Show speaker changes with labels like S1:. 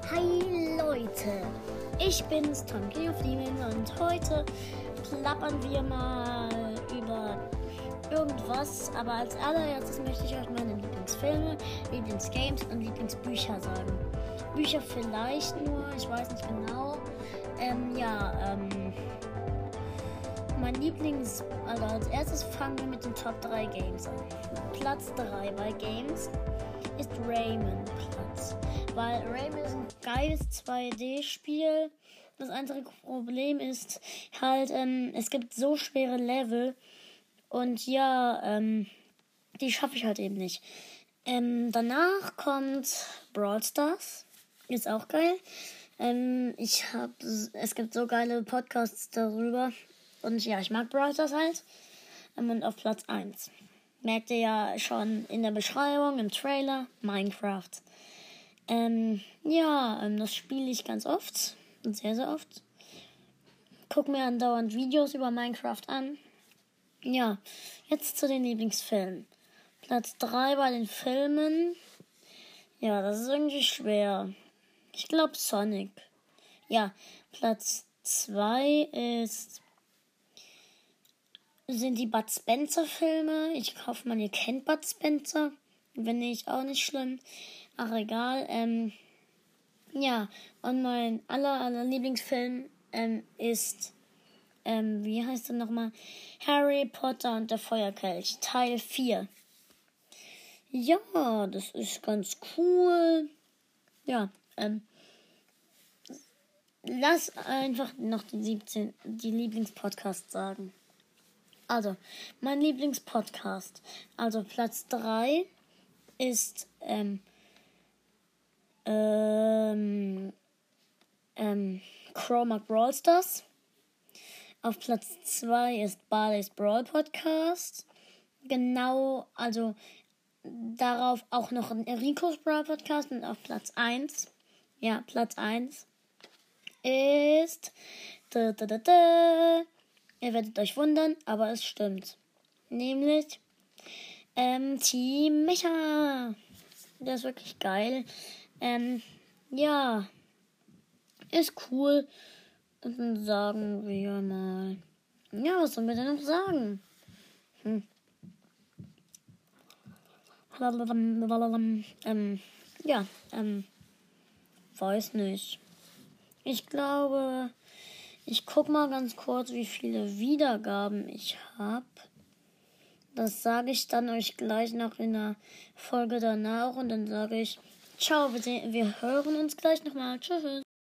S1: Hi Leute, ich bin's, Tom Cleoflimen, und heute plappern wir mal über irgendwas, aber als allererstes möchte ich euch meine Lieblingsfilme, Lieblingsgames und Lieblingsbücher sagen. Bücher vielleicht nur, ich weiß nicht genau. Also als erstes fangen wir mit den Top 3 Games an. Platz 3 bei Games ist Rayman Platz. Weil Rayman ist ein geiles 2D-Spiel. Das einzige Problem ist halt, es gibt so schwere Level. Und die schaffe ich halt eben nicht. Danach kommt Brawl Stars. Ist auch geil. Es gibt so geile Podcasts darüber. Und ja, ich mag Brawl Stars halt. Und auf Platz 1. Merkt ihr ja schon in der Beschreibung, im Trailer, Minecraft. Das spiele ich ganz oft. Und sehr, sehr oft. Guck mir andauernd Videos über Minecraft an. Ja, jetzt zu den Lieblingsfilmen. Platz 3 bei den Filmen. Ja, das ist irgendwie schwer. Ich glaube Sonic. Ja, Platz 2 sind die Bud Spencer Filme. Ich hoffe mal, ihr kennt Bud Spencer. Wenn nicht, auch nicht schlimm. Ach, egal. Und mein aller Lieblingsfilm ist, wie heißt er nochmal? Harry Potter und der Feuerkelch, Teil 4. Ja, das ist ganz cool. Ja, lass einfach noch die Lieblingspodcasts sagen. Also, mein Lieblingspodcast. Also, Platz 3 ist, Chroma Brawl Stars. Auf Platz 2 ist Barley's Brawl Podcast. Genau, also darauf auch noch ein Rico's Brawl Podcast. Und auf Platz 1, ja, Platz 1 ist ihr werdet euch wundern, aber es stimmt. Nämlich Team Mecha. Der ist wirklich geil. Ist cool. Und dann sagen wir mal. Ja, was sollen wir denn noch sagen? Weiß nicht. Ich glaube, ich guck mal ganz kurz, wie viele Wiedergaben ich habe. Das sage ich dann euch gleich noch in der Folge danach. Und dann sage ich, ciao, wir hören uns gleich nochmal. Tschüss.